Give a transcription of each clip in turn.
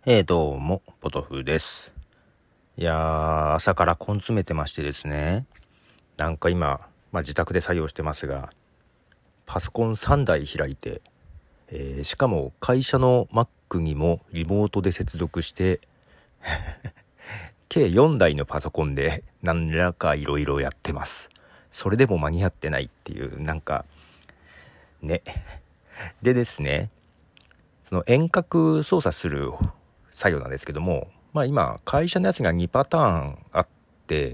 どうも、ポトフです。いやー、朝から根詰めてましてですね。なんか今、自宅で作業してますが、パソコン3台開いて、しかも会社の Mac にもリモートで接続して、計4台のパソコンで何らかいろいろやってます。それでも間に合ってないっていう、ね。でですね、その遠隔操作する作業なんですけども、今会社のやつが2パターンあって、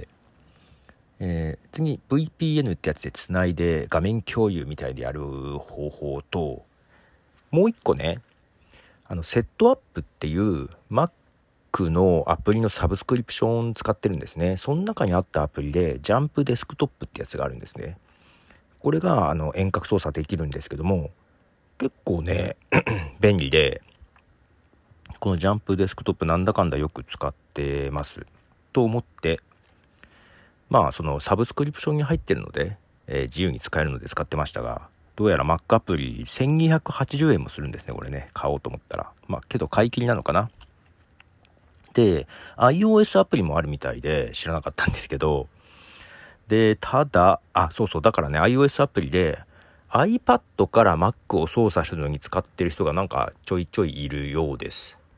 次 VPN ってやつでつないで画面共有みたいでやる方法と、もう一個ね、セットアップっていう Mac のアプリのサブスクリプション使ってるんですね。その中にあったアプリでジャンプデスクトップってやつがあるんですね。これが遠隔操作できるんですけども、結構ね便利で、このジャンプデスクトップなんだかんだよく使ってますと思って、そのサブスクリプションに入ってるので、自由に使えるので使ってましたが、どうやら Mac アプリ1280円もするんですね。これね、買おうと思ったら。けど買い切りなのかな。で iOS アプリもあるみたいで知らなかったんですけど、でただだからね、 iOS アプリで iPad から Mac を操作するのに使ってる人がなんかちょいちょいいるようです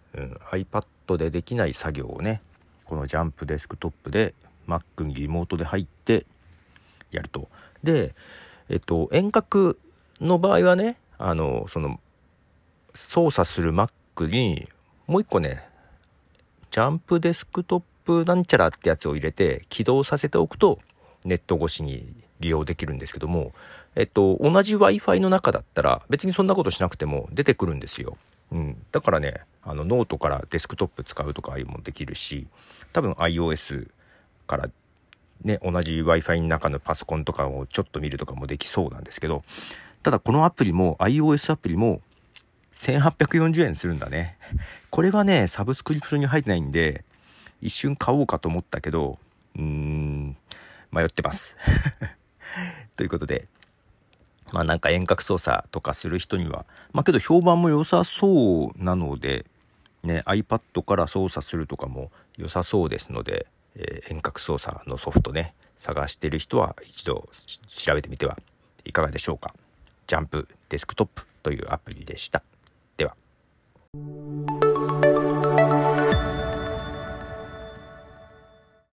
。iPad でできない作業をね、このジャンプデスクトップで Mac にリモートで入ってやると。で、遠隔の場合はね、その操作する Mac にもう一個ね、ジャンプデスクトップなんちゃらってやつを入れて起動させておくとネット越しに利用できるんですけども、同じ Wi-Fi の中だったら別にそんなことしなくても出てくるんですよ。だからね、ノートからデスクトップ使うとかもできるし、多分 iOS からね、同じ Wi-Fi の中のパソコンとかをちょっと見るとかもできそうなんですけど、ただこのアプリも iOS アプリも1840円するんだね。これがね、サブスクリプションに入ってないんで、一瞬買おうかと思ったけど、迷ってます。ということで、なんか遠隔操作とかする人には、けど評判も良さそうなので、ね、iPad から操作するとかも良さそうですので、遠隔操作のソフトね、探している人は一度調べてみてはいかがでしょうか。ジャンプデスクトップというアプリでした。では。